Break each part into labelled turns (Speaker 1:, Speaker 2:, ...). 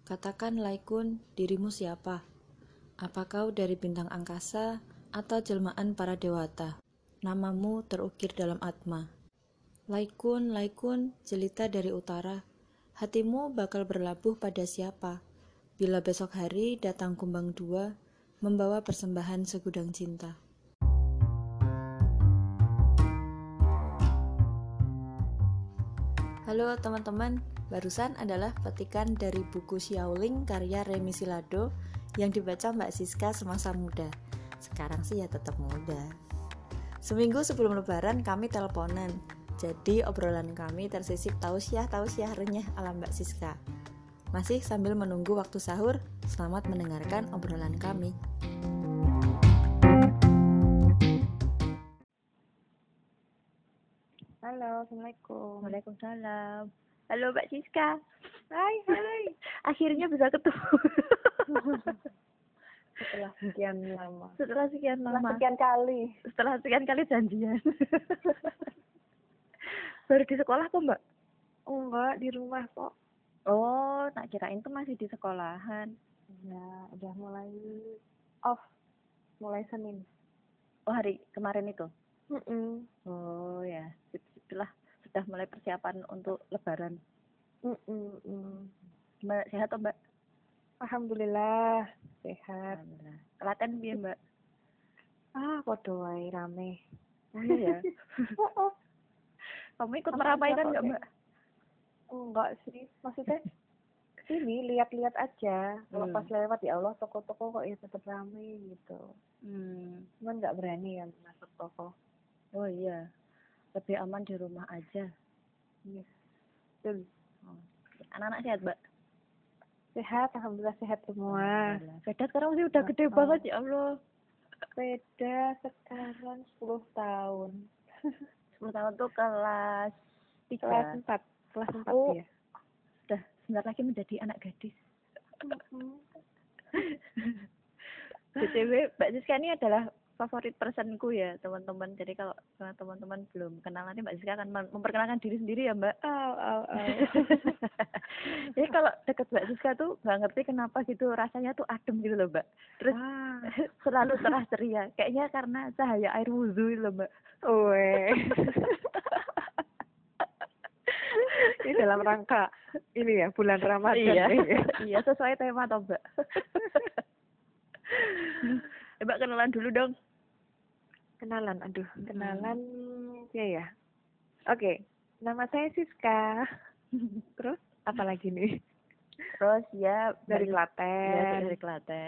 Speaker 1: Katakan Laikun, dirimu siapa? Apa kau dari bintang angkasa atau jelmaan para dewata? Namamu terukir dalam atma. Laikun, Laikun, jelita dari utara. Hatimu bakal berlabuh pada siapa? Bila besok hari datang kumbang dua, membawa persembahan segudang cinta. Halo teman-teman, barusan adalah petikan dari buku Xiaoling karya Remy Silado yang dibaca Mbak Siska semasa muda. Sekarang sih ya tetap muda. Seminggu sebelum lebaran kami teleponan, jadi obrolan kami tersisip tausiah renyah ala Mbak Siska. Masih sambil menunggu waktu sahur, selamat mendengarkan obrolan kami.
Speaker 2: Halo, Assalamualaikum.
Speaker 3: Waalaikumsalam. Halo Mbak Siska.
Speaker 2: Hai.
Speaker 3: Akhirnya bisa ketemu.
Speaker 2: Setelah sekian lama.
Speaker 3: Setelah sekian
Speaker 2: kali.
Speaker 3: Setelah sekian kali janjian. Baru di sekolah kok Mbak?
Speaker 2: Enggak, di rumah kok.
Speaker 3: Oh, tak kirain tuh masih di sekolahan.
Speaker 2: Ya, udah mulai off. Mulai Senin.
Speaker 3: Oh, hari kemarin itu?
Speaker 2: Mm-mm.
Speaker 3: Oh ya, setelah sudah mulai persiapan untuk lebaran. Mbak sehat toh Mbak?
Speaker 2: Alhamdulillah sehat.
Speaker 3: Alhamdulillah. Kelaten piye Mbak?
Speaker 2: Podo wae rame.
Speaker 3: Oh iya ya. Kamu ikut meramaikan nggak Mbak?
Speaker 2: Enggak sih, maksudnya ini lihat-lihat aja. Kalau pas lewat ya Allah toko-toko kok ya tetap rame gitu. Cuman nggak berani ya masuk toko.
Speaker 3: Oh iya, lebih aman di rumah aja.
Speaker 2: Yes. Betul.
Speaker 3: Anak-anak sehat Mbak?
Speaker 2: Sehat, alhamdulillah sehat semua.
Speaker 3: Beda sekarang sih udah gede banget ya Allah.
Speaker 2: Beda sekarang 10 tahun.
Speaker 3: 10 tahun tuh kelas 3.
Speaker 2: Kelas 4
Speaker 3: Oh,
Speaker 2: ya.
Speaker 3: Sudah sebentar lagi menjadi anak gadis. BTW Mbak Siska ini adalah favorit personku ya teman-teman. Jadi kalau teman-teman belum kenal nanti Mbak Siska akan memperkenalkan diri sendiri ya Mbak. Jadi kalau deket Mbak Siska tuh nggak ngerti kenapa gitu rasanya tuh adem gitu loh Mbak. Terus selalu cerah ceria. Kayaknya karena cahaya air wudhu loh Mbak.
Speaker 2: Ini dalam rangka ini ya bulan Ramadan.
Speaker 3: Iya sesuai tema toh Mbak. Mbak kenalan dulu dong.
Speaker 2: Kenalan ya. Oke, nama saya Siska. Terus apa lagi nih?
Speaker 3: Terus ya
Speaker 2: dari Klaten.
Speaker 3: Ya, dari Klaten.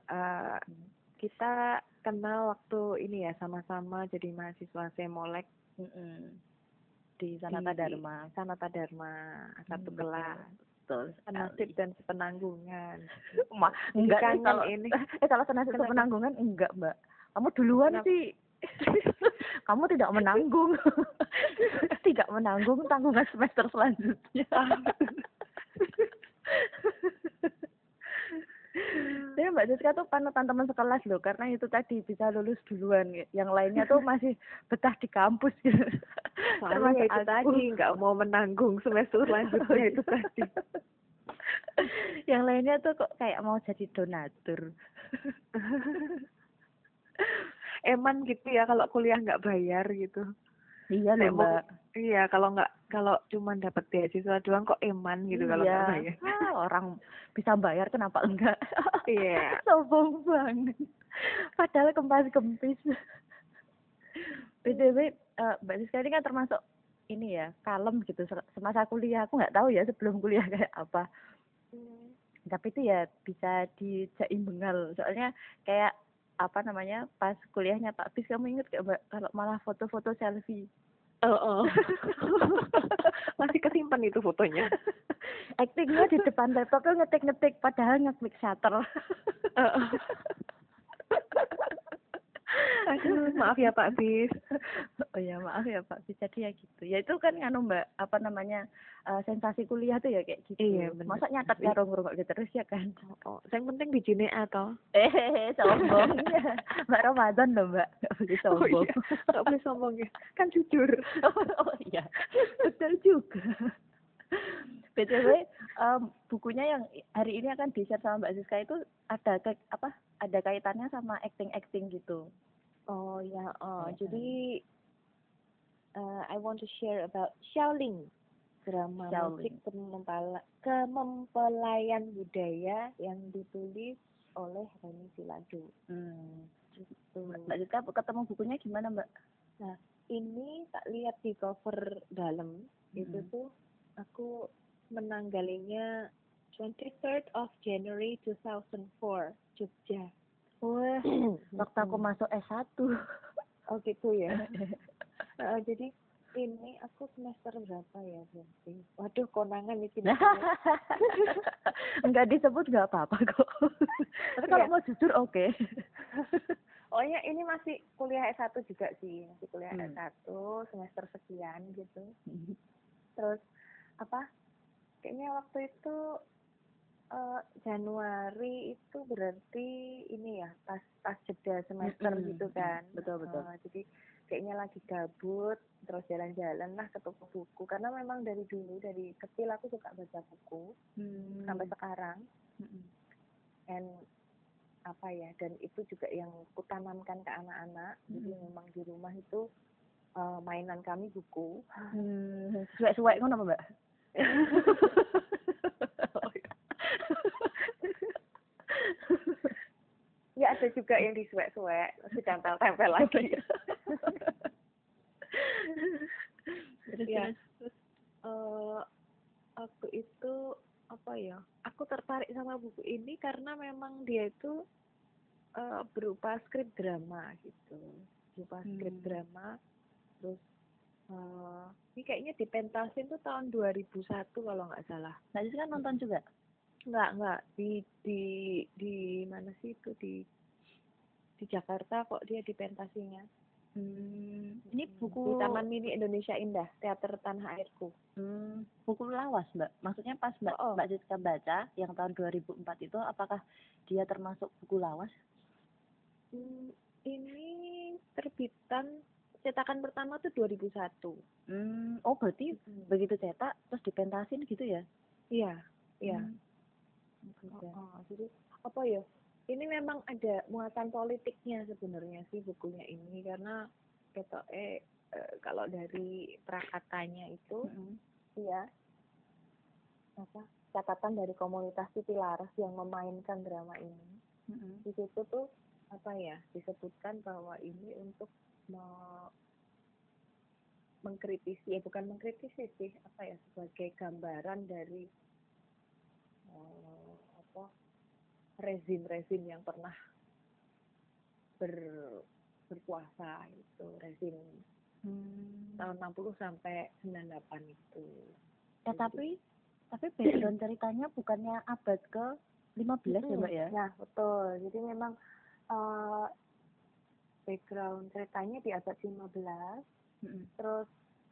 Speaker 2: Kita kenal waktu ini ya sama-sama jadi mahasiswa Semolek
Speaker 3: di Sanata Dharma.
Speaker 2: Satu kelas.
Speaker 3: Betul.
Speaker 2: Senasib dan sepenanggungan.
Speaker 3: Enggak nih kalau ini. Kalau senasib sepenanggungan enggak Mbak. Kamu duluan sih. Kamu tidak menanggung. Tidak menanggung tanggungan semester selanjutnya. Jadi Mbak Siska tuh panutan teman sekelas loh, karena itu tadi bisa lulus duluan. Yang lainnya tuh masih betah di kampus gitu.
Speaker 2: Soalnya itu tadi nggak mau menanggung semester selanjutnya itu tadi.
Speaker 3: Yang lainnya tuh kok kayak mau jadi donatur.
Speaker 2: Eman gitu ya kalau kuliah nggak bayar gitu.
Speaker 3: Iya loh Mbak.
Speaker 2: Iya kalau cuma dapat beasiswa doang kok eman gitu kalau nggak bayar.
Speaker 3: Orang bisa bayar kenapa enggak?
Speaker 2: Iya.
Speaker 3: Sombong banget. Padahal kempis. BTW Mbak Siska ini kan termasuk ini ya kalem gitu semasa kuliah. Aku nggak tahu ya sebelum kuliah kayak apa. Tapi itu ya bisa dijaim bengal. Soalnya kayak apa namanya pas kuliahnya Pak Bis, kamu inget gak Mbak kalau malah foto-foto selfie?
Speaker 2: Masih kesimpan itu fotonya.
Speaker 3: Aktingnya di depan laptop tuh ngetik padahal ngeklik shutter.
Speaker 2: Aduh, maaf ya Pak Bis.
Speaker 3: Oh ya maaf ya Pak Bis, jadi ya gitu. Ya itu kan nganu Mbak, apa namanya sensasi kuliah tuh ya kayak gitu.
Speaker 2: Iya benar.
Speaker 3: Masa nyatet ya rong-rong gitu terus ya kan.
Speaker 2: Yang penting di Jine atau?
Speaker 3: Sombong ya. Mbak Ramadan loh Mbak, nggak boleh sombong.
Speaker 2: Nggak boleh sombong ya, kan jujur.
Speaker 3: Oh iya, betul juga. BTW, bukunya yang hari ini akan di-share sama Mbak Siska itu ada kaitannya sama acting gitu.
Speaker 2: Oh ya, jadi I want to share about Shaolin, drama musik kemempelaian budaya yang ditulis oleh Reni Silado.
Speaker 3: Gitu. Mbak Siska ketemu bukunya gimana, Mbak?
Speaker 2: Nah, ini tak lihat di cover dalam, itu tuh aku menanggalinya 23rd of January 2004, Jogja.
Speaker 3: Wah, waktu aku masuk S1.
Speaker 2: Oh gitu ya. Jadi ini aku semester berapa ya berarti? Waduh, konangan itu.
Speaker 3: Enggak disebut nggak apa-apa kok. Tapi kalau mau jujur oke.
Speaker 2: Oh ya, ini masih kuliah S1 juga sih, masih kuliah S1 semester sekian gitu. Terus kayaknya waktu itu Januari itu berarti ini ya, pas jeda semester gitu kan.
Speaker 3: Betul.
Speaker 2: Jadi kayaknya lagi gabut, terus jalan-jalan lah ketemu buku, karena memang dari dulu, dari kecil aku suka baca buku sampai sekarang. And dan itu juga yang kutanamkan ke anak-anak. Jadi memang di rumah itu mainan kami buku.
Speaker 3: Suwek-suwek ngono apa, Mbak?
Speaker 2: Ya ada juga yang disuwek-suwek, masih tempel-tempel lagi. Terus aku itu aku tertarik sama buku ini karena memang dia itu berupa skrip drama gitu, skrip drama. Terus ini kayaknya dipentasin tuh tahun 2001 kalau nggak salah.
Speaker 3: Nah, jadi kan nonton juga?
Speaker 2: Nggak di mana sih itu, di Jakarta kok dia dipentasinya.
Speaker 3: Ini buku
Speaker 2: di Taman Mini Indonesia Indah, Teater Tanah Airku.
Speaker 3: Buku lawas, Mbak. Maksudnya pas Mbak Siska baca yang tahun 2004 itu, apakah dia termasuk buku lawas?
Speaker 2: Ini terbitan cetakan pertama tuh 2001.
Speaker 3: Oh, berarti begitu cetak terus dipentasin gitu ya?
Speaker 2: Iya. Jadi ini memang ada muatan politiknya sebenarnya sih bukunya ini, karena kalau dari prakatanya itu catatan dari komunitas Titi Laras yang memainkan drama ini. Di situ tuh disebutkan bahwa ini untuk mengkritisi, bukan mengkritisi sih, sebagai gambaran dari rezim yang pernah berkuasa itu, rezim tahun 60 sampai 98 itu.
Speaker 3: Tapi background ceritanya bukannya abad ke-15 ya, Mbak ya?
Speaker 2: Nah, betul. Jadi memang background ceritanya di abad 15. Terus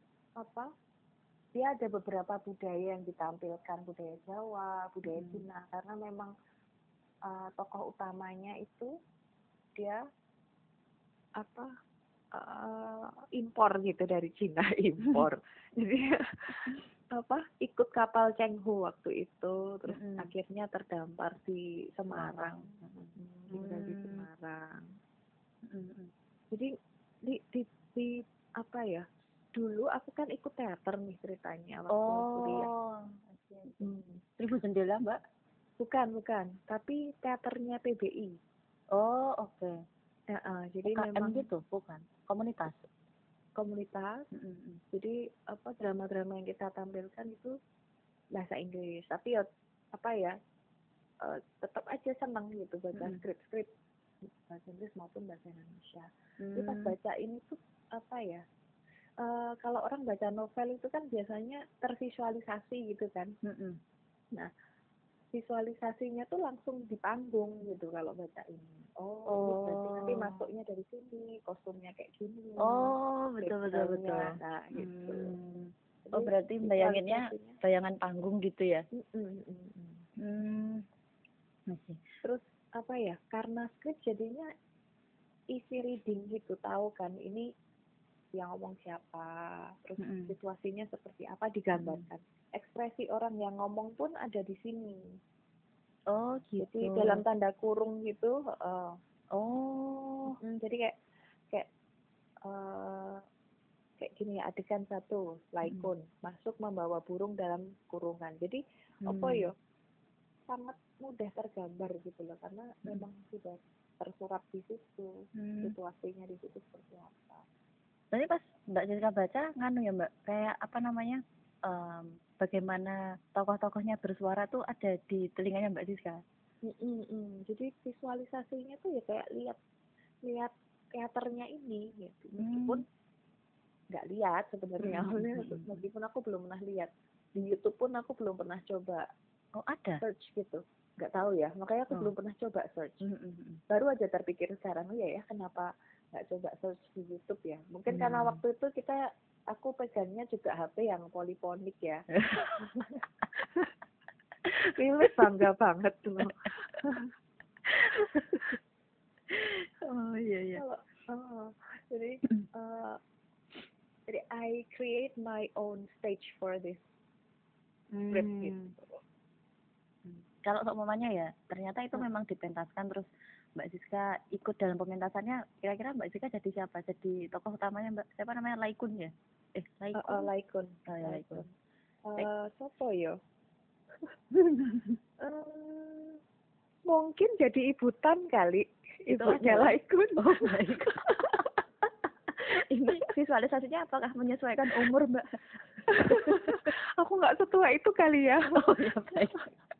Speaker 2: dia ada beberapa budaya yang ditampilkan, budaya Jawa, budaya Cina, karena memang tokoh utamanya itu dia impor gitu dari Cina, impor. Jadi ikut kapal Cheng Ho waktu itu, terus akhirnya terdampar di Semarang, tinggal di Semarang. Jadi di dulu aku kan ikut teater nih ceritanya waktu kuliah.
Speaker 3: Seribu Jendela, Mbak?
Speaker 2: Bukan, tapi teaternya PBI.
Speaker 3: Oh, oke.
Speaker 2: Jadi
Speaker 3: UKM
Speaker 2: memang
Speaker 3: gitu, bukan komunitas.
Speaker 2: Jadi drama-drama yang kita tampilkan itu bahasa Inggris, tapi tetap aja senang gitu baca skrip bahasa Inggris maupun bahasa Indonesia. Jadi pas baca ini tuh kalau orang baca novel itu kan biasanya tervisualisasi gitu kan. Nah, visualisasinya tuh langsung di panggung gitu kalau baca ini. Berarti nanti masuknya dari sini, kostumnya kayak gini.
Speaker 3: Betul.
Speaker 2: Nah, gitu.
Speaker 3: Jadi, berarti bayanginnya bayangan panggung gitu ya?
Speaker 2: Terus karena skrip jadinya easy reading gitu, tahu kan ini yang ngomong siapa, terus situasinya seperti apa digambarkan. ekspresi orang yang ngomong pun ada di sini.
Speaker 3: Oh gitu.
Speaker 2: Jadi dalam tanda kurung gitu. Jadi kayak gini ya, adegan 1, Laikun masuk membawa burung dalam kurungan. Jadi apa ya, sangat mudah tergambar gitu loh, karena memang sudah tersurat di situ, situasinya di situ seperti apa.
Speaker 3: Jadi pas Mbak Siska baca nganu ya Mbak, kayak apa namanya, bagaimana tokoh-tokohnya bersuara tuh ada di telinganya Mbak Siska.
Speaker 2: Jadi visualisasinya tuh ya kayak lihat teaternya ini gitu. Meskipun nggak lihat sebenarnya, meskipun aku belum pernah lihat di YouTube pun, aku belum pernah coba search gitu, nggak tahu ya, makanya aku belum pernah coba search. Baru aja terpikir sekarang ya kenapa nggak coba search di YouTube ya, mungkin karena waktu itu aku pegangnya juga HP yang poliponik ya. Ini bangga banget loh.
Speaker 3: Iya.
Speaker 2: Jadi I create my own stage for this script gitu.
Speaker 3: Kalau seumpamanya ya, ternyata itu memang dipentaskan, terus Mbak Siska ikut dalam pementasannya, kira-kira Mbak Siska jadi siapa? Jadi tokoh utamanya Mbak, siapa namanya, Laikun ya?
Speaker 2: Laikun.
Speaker 3: Laikun.
Speaker 2: Siapa ya? Mungkin jadi Ibu Tan kali. Ibunya Laikun.
Speaker 3: Oh baik. Ini visualisasinya apakah menyesuaikan umur Mbak?
Speaker 2: Aku nggak setua itu kali ya.
Speaker 3: Oh ya baik.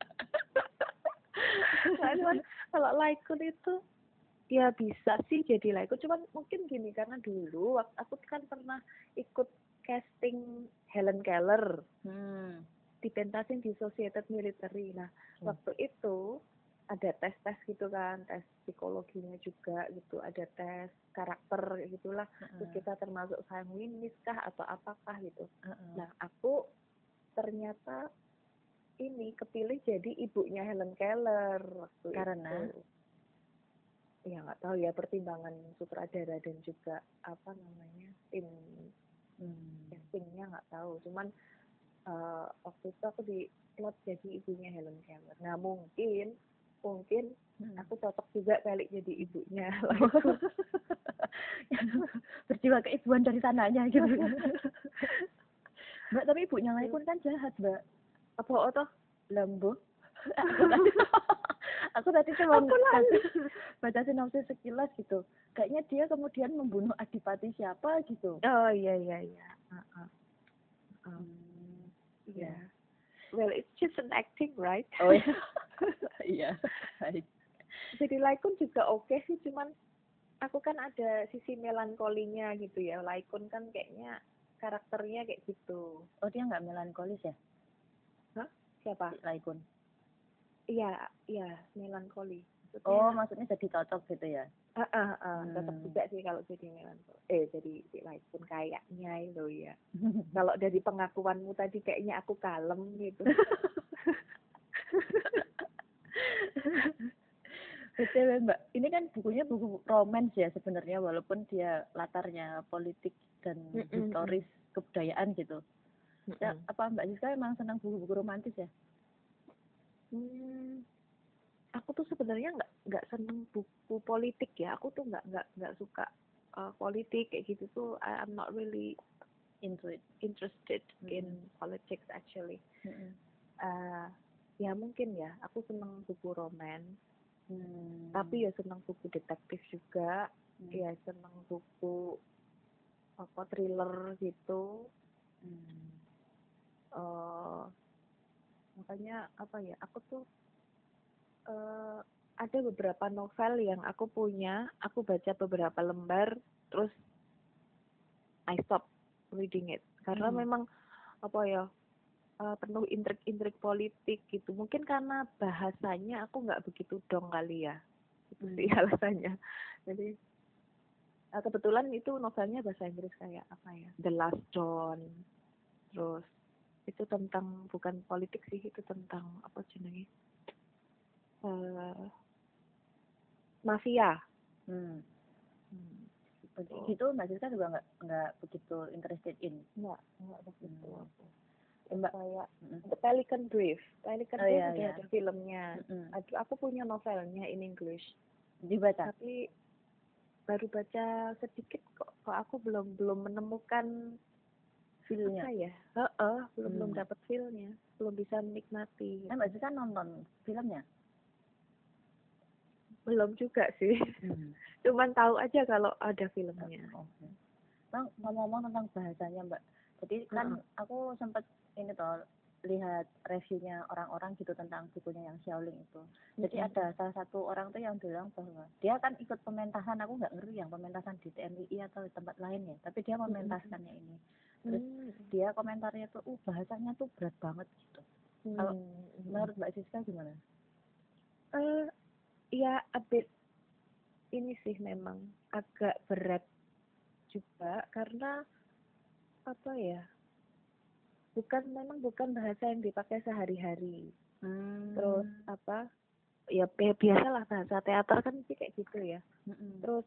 Speaker 2: Kalau Laikun itu ya bisa sih jadi Laikun, cuman mungkin gini, karena dulu aku kan pernah ikut casting Helen Keller, dipentasin di Societed Military. Nah waktu itu ada tes gitu kan, tes psikologinya juga gitu, ada tes karakter gitulah. Terus kita termasuk sanguinis kah atau apakah gitu. Nah aku ternyata ini kepilih jadi ibunya Helen Keller waktu
Speaker 3: karena
Speaker 2: itu. Ya nggak tahu ya, pertimbangan sutradara dan juga apa namanya tim castingnya nggak tahu. Cuman waktu itu aku di plot jadi ibunya Helen Keller. Nah mungkin aku cocok juga kali jadi ibunya.
Speaker 3: Berjiwa keibuan dari sananya gitu. Mbak, tapi ibunya Laikun kan jahat Mbak.
Speaker 2: Apa toh?
Speaker 3: Lembu. Aku tadi cuma baca sinopsis sekilas gitu. Kayaknya dia kemudian membunuh adipati siapa gitu.
Speaker 2: Oh iya. Yeah. Well, it's just an acting, right?
Speaker 3: Oh iya. Iya. Baik.
Speaker 2: Jadi Laikun juga oke sih, cuman aku kan ada sisi melankolinya gitu ya. Laikun kan kayaknya karakternya kayak gitu.
Speaker 3: Oh dia nggak melankolis ya?
Speaker 2: Hah? Siapa?
Speaker 3: Laikun.
Speaker 2: Iya, melankoli.
Speaker 3: Maksudnya jadi cocok gitu ya?
Speaker 2: Cocok juga sih kalau jadi melankoli. Jadi Laikun kayaknya itu ya. Kalau dari pengakuanmu tadi kayaknya aku kalem gitu.
Speaker 3: Betul Mbak, ini kan bukunya buku romance ya sebenarnya, walaupun dia latarnya politik dan historis kebudayaan gitu. Ya, apa Mbak Siska emang senang buku-buku romantis ya?
Speaker 2: Aku tuh sebenarnya nggak seneng buku politik ya. Aku tuh nggak suka politik kayak gitu tuh. I'm not really interested in politics actually. Ya mungkin ya, aku seneng buku romance. Tapi ya seneng buku detektif juga. Ya seneng buku thriller gitu. Makanya apa ya, aku tuh ada beberapa novel yang aku punya, aku baca beberapa lembar terus I stop reading it karena memang apa ya, penuh intrik-intrik politik gitu. Mungkin karena bahasanya aku nggak begitu dong kali ya, itu sih alasannya. Jadi kebetulan itu novelnya bahasa Inggris, kayak apa ya, The Last Dawn. Terus itu tentang, bukan politik sih, itu tentang apa jenenge, mafia.
Speaker 3: Gitu Mbak Siska juga nggak begitu interested in?
Speaker 2: Nggak begitu aku.
Speaker 3: Mbak.
Speaker 2: Kayak Pelican Brief udah ada filmnya. Aduh, aku punya novelnya in English.
Speaker 3: Dibaca?
Speaker 2: Tapi baru baca sedikit kok aku belum menemukan
Speaker 3: filmnya.
Speaker 2: Apa ya? Belum dapat filmnya, belum bisa menikmati.
Speaker 3: Mbak Siska nonton filmnya?
Speaker 2: Belum juga sih. Cuman tahu aja kalau ada filmnya.
Speaker 3: Bang, ngomong-ngomong tentang bahasanya Mbak, jadi kan aku sempat ini toh lihat reviewnya orang-orang gitu tentang bukunya yang Shaolin itu. Jadi ada salah satu orang tuh yang bilang bahwa dia kan ikut pementasan, aku nggak ngerti yang pementasan di TMI atau di tempat lain ya, tapi dia mementaskannya ini. Terus dia komentarnya tuh bahasanya tuh berat banget gitu. Kalau menurut Mbak Siska gimana?
Speaker 2: Ya a bit ini sih memang agak berat juga karena apa ya, bukan bahasa yang dipakai sehari-hari. Terus apa ya biasalah bahasa teater kan sih kayak gitu ya. Terus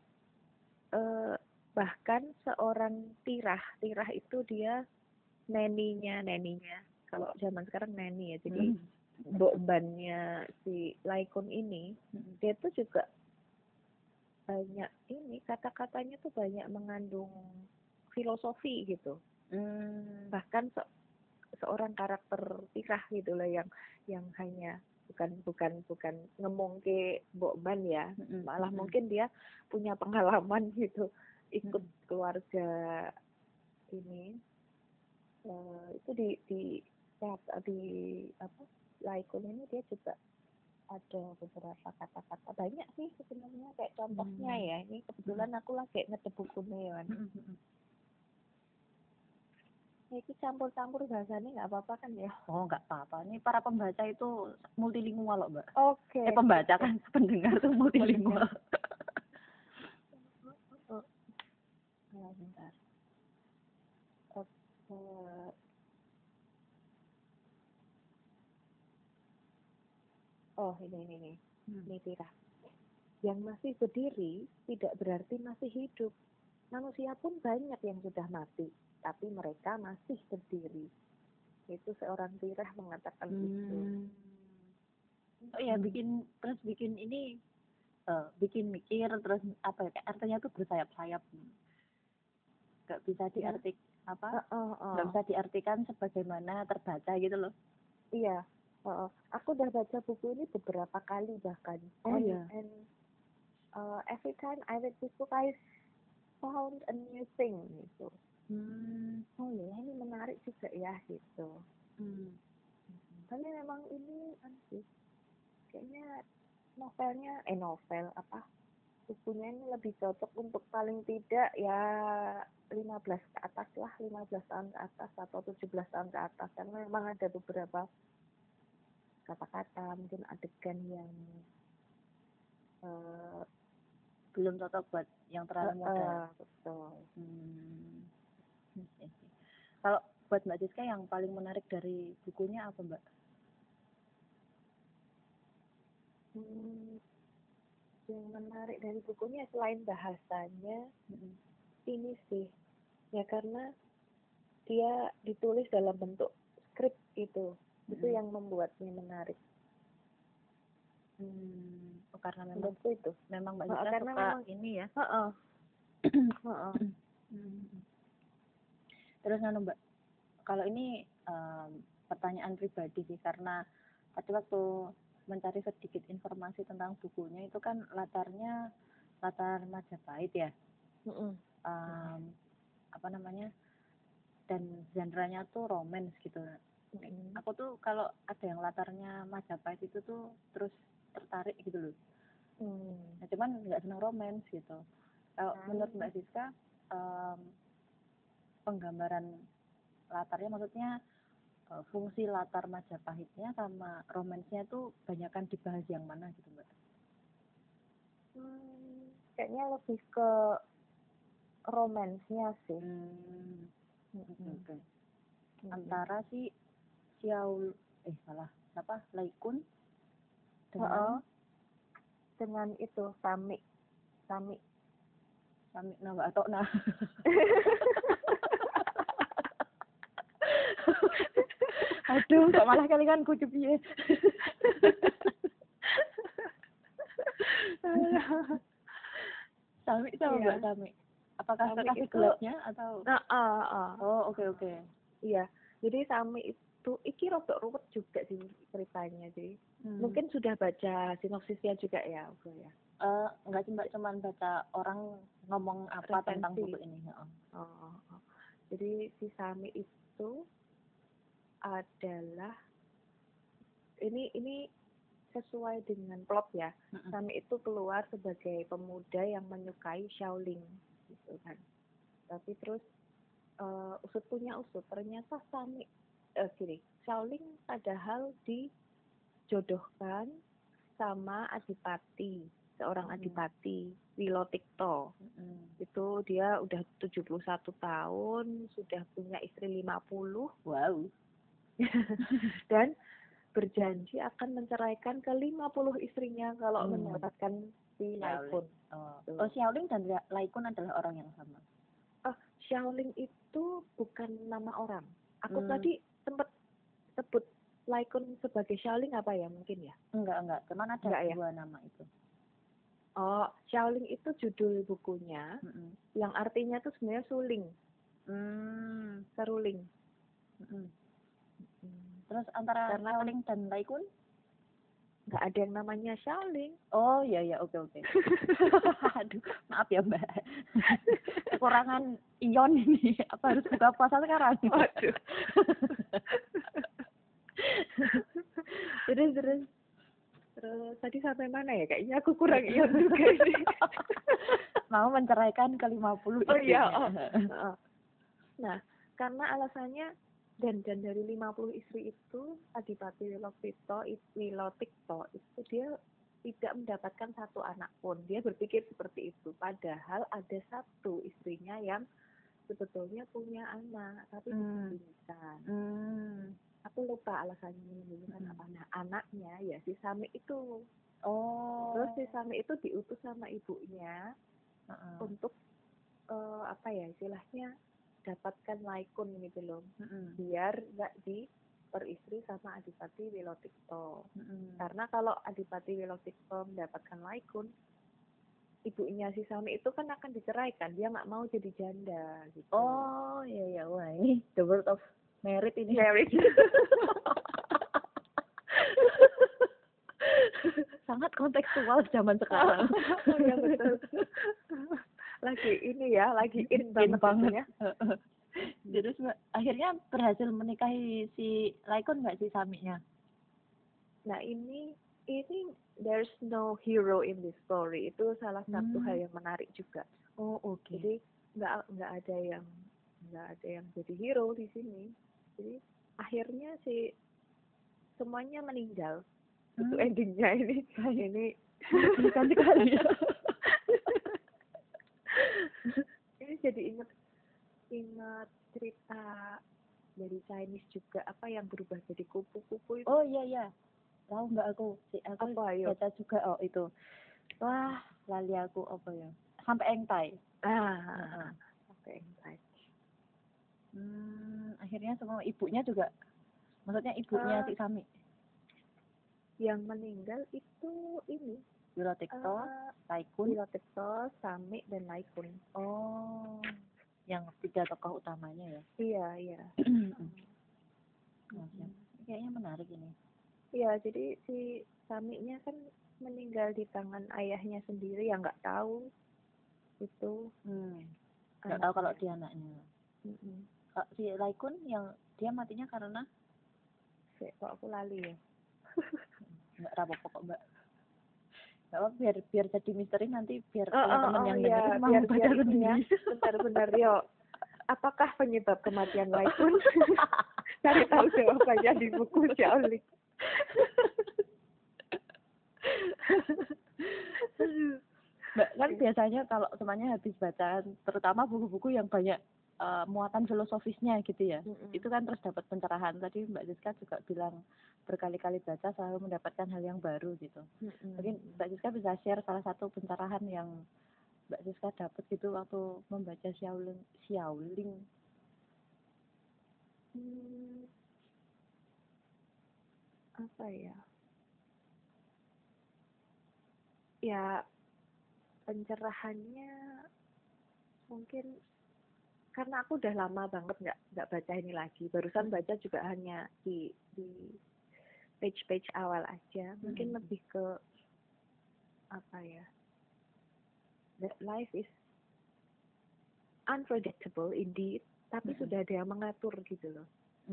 Speaker 2: bahkan seorang tirah itu dia neninya kalau zaman sekarang neni ya, jadi mbokbannya si Laikun ini dia tuh juga banyak ini kata-katanya tuh banyak mengandung filosofi gitu. Bahkan seorang karakter tirah gitu lah yang hanya bukan ngemongke mbokban ya, malah mungkin dia punya pengalaman gitu ikut keluarga ini itu di apa Laikun ini dia juga ada beberapa kata-kata banyak sih sebenarnya kayak contohnya ya, ini kebetulan aku lagi ngedep bukunya ya. Ini campur-campur bahasanya nggak apa-apa kan ya?
Speaker 3: Oh nggak apa-apa, ini para pembaca itu multilingual loh Mbak.
Speaker 2: Oke.
Speaker 3: Pembaca kan pendengar tuh multilingual.
Speaker 2: Bentar. Oh ini tirah. Yang masih berdiri tidak berarti masih hidup. Manusia pun banyak yang sudah mati, tapi mereka masih berdiri. Itu seorang tirah mengatakan itu.
Speaker 3: Oh ya, bikin ini bikin mikir, terus apa ya, artinya tuh bersayap-sayap. Gak bisa diartik gak bisa diartikan sebagaimana terbaca gitu loh.
Speaker 2: Iya. Aku udah baca buku ini beberapa kali bahkan. And every time I read this book I found a new thing gitu. Oh ya, ini menarik juga ya gitu. Tapi memang ini kayaknya bukunya ini lebih cocok untuk paling tidak ya 15 ke atas lah, 15 tahun ke atas atau 17 tahun ke atas, karena memang ada beberapa kata-kata mungkin adegan yang
Speaker 3: belum cocok buat yang terlalu muda.
Speaker 2: Betul.
Speaker 3: Kalau buat Mbak Siska yang paling menarik dari bukunya apa Mbak?
Speaker 2: Yang menarik dari bukunya selain bahasanya ini sih ya, karena dia ditulis dalam bentuk skrip itu yang membuatnya menarik.
Speaker 3: Karena memang
Speaker 2: itu
Speaker 3: memang Mbak Siska suka memang, ini ya. Terus Mbak, kalau ini pertanyaan pribadi sih, karena tadi waktu mencari sedikit informasi tentang bukunya itu kan latar Majapahit ya. Apa namanya, dan genre-nya tuh romance gitu. Aku tuh kalau ada yang latarnya Majapahit itu tuh terus tertarik gitu loh. Nah, cuman nggak senang romance gitu. Kalau menurut Mbak Siska, penggambaran latarnya, maksudnya fungsi latar Majapahitnya sama romansnya tuh banyakan dibahas yang mana gitu Mbak?
Speaker 2: Kayaknya lebih ke romansnya sih.
Speaker 3: Okay. Antara si Laikun
Speaker 2: dengan itu Sami
Speaker 3: nama atau Aduh, kok malah kalian kudu piye. Sami tahu enggak Sami? Apakah kakak gelapnya atau? Oh, oke.
Speaker 2: Iya. Jadi Sami itu iki rodok ruwet juga sih ceritanya. Jadi mungkin sudah baca sinopsisnya juga ya, Bro ya.
Speaker 3: Enggak cuma baca orang ngomong apa tentang buku ini.
Speaker 2: Jadi si Sami itu adalah ini sesuai dengan plot ya. Sami itu keluar sebagai pemuda yang menyukai Shaolin gitu kan. Tapi terus usut ternyata Shaolin padahal dijodohkan sama seorang adipati Wilotikto. Itu dia udah 71 tahun, sudah punya istri 50.
Speaker 3: Wow.
Speaker 2: Dan berjanji akan menceraikan ke 50 istrinya kalau mendapatkan si Laikun.
Speaker 3: Shaolin dan Laikun adalah orang yang sama.
Speaker 2: Shaolin itu bukan nama orang. Aku tadi sempat sebut Laikun sebagai Shaolin apa ya mungkin ya?
Speaker 3: Enggak. Cuman ada dua nama itu.
Speaker 2: Shaolin itu judul bukunya, yang artinya tuh sebenarnya suling. Seruling.
Speaker 3: Terus antara Shaolin dan Laikun?
Speaker 2: Nggak ada yang namanya Shaolin.
Speaker 3: Oh iya, oke. Aduh, maaf ya Mbak. Kekurangan ion ini. Apa harus buka puasa sekarang?
Speaker 2: Waduh. Terus tadi sampai mana ya? Kayaknya aku kurang ion juga ini.
Speaker 3: Mau menceraikan ke 50
Speaker 2: Oh iya. Nah, karena alasannya dan dari 50 istri itu Adipati Wilotikto itu dia tidak mendapatkan satu anak pun. Dia berpikir seperti itu. Padahal ada satu istrinya yang sebetulnya punya anak tapi disembunyikan. Aku lupa alasannya menyembunyikan apa. Nah, anaknya ya si Sami itu. Terus si Sami itu diutus sama ibunya untuk istilahnya dapatkan Laikun gitu loh, biar nggak diperistri sama Adipati Wilotikto. Karena kalau Adipati Wilotikto mendapatkan Laikun, ibunya si Sami itu kan akan diceraikan, dia nggak mau jadi janda gitu.
Speaker 3: Oh iya, wah ini the word of merit ini. Sangat kontekstual zaman sekarang.
Speaker 2: Iya betul. Lagi in banget ya.
Speaker 3: Terus akhirnya berhasil menikahi si Laikun nggak si Saminya?
Speaker 2: Nah ini there's no hero in this story. Itu salah satu hal yang menarik juga.
Speaker 3: Oh oke.
Speaker 2: Jadi nggak ada yang jadi hero di sini. Jadi akhirnya semuanya meninggal. Itu endingnya ini. Ini
Speaker 3: kan sekali.
Speaker 2: Ini jadi ingat cerita dari Chinese juga yang berubah jadi kupu-kupu itu.
Speaker 3: Oh iya. Tahu nggak aku? Aku baca juga itu. Wah, lali aku apa ya? Sampai engtai.
Speaker 2: Sampai engtai.
Speaker 3: Akhirnya semua ibunya juga. Maksudnya ibunya si Sami.
Speaker 2: Yang meninggal itu ini
Speaker 3: Wilotikto, Laikun,
Speaker 2: Sami dan Laikun.
Speaker 3: Oh, yang 3 tokoh utamanya ya?
Speaker 2: Iya.
Speaker 3: Kayaknya menarik ini.
Speaker 2: Iya, jadi si Saminya kan meninggal di tangan ayahnya sendiri yang nggak tahu itu.
Speaker 3: Nggak tahu kalau dia anaknya. Si Laikun yang dia matinya karena?
Speaker 2: Kok aku lali ya?
Speaker 3: Nggak apa-apa kok Mbak. Biar jadi misteri nanti biar teman-teman yang dengerin mau baca sendiri.
Speaker 2: Benar-benar yo. Apakah penyebab kematian Laikun? Cari tahu jawabannya di buku Shaolin.
Speaker 3: Mbak kan biasanya kalau semuanya habis bacaan, terutama buku-buku yang banyak muatan filosofisnya gitu ya, itu kan terus dapat pencerahan. Tadi Mbak Siska juga bilang berkali-kali baca selalu mendapatkan hal yang baru gitu. Mungkin Mbak Siska bisa share salah satu pencerahan yang Mbak Siska dapat gitu waktu membaca Shaolin.
Speaker 2: apa ya? Ya pencerahannya mungkin karena aku udah lama banget nggak baca ini lagi. Barusan baca juga hanya di page-page awal aja. Mungkin lebih ke apa ya? That life is unpredictable indeed, tapi sudah ada yang mengatur gitu loh.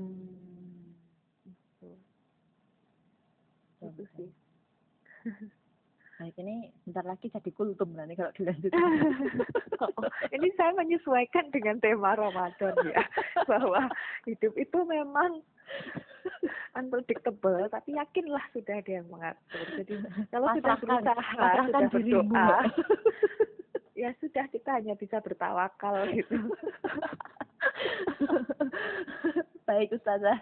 Speaker 2: Itu sih.
Speaker 3: Baik, ini bentar lagi jadi kultum nanti kalau dilanjut.
Speaker 2: Ini saya menyesuaikan dengan tema Ramadan ya, bahwa hidup itu memang unpredictable, tapi yakinlah sudah ada yang mengatur. Jadi kalau sudah berusaha, sudah berdoa, ya sudah, kita hanya bisa bertawakal gitu.
Speaker 3: Baik Ustazah.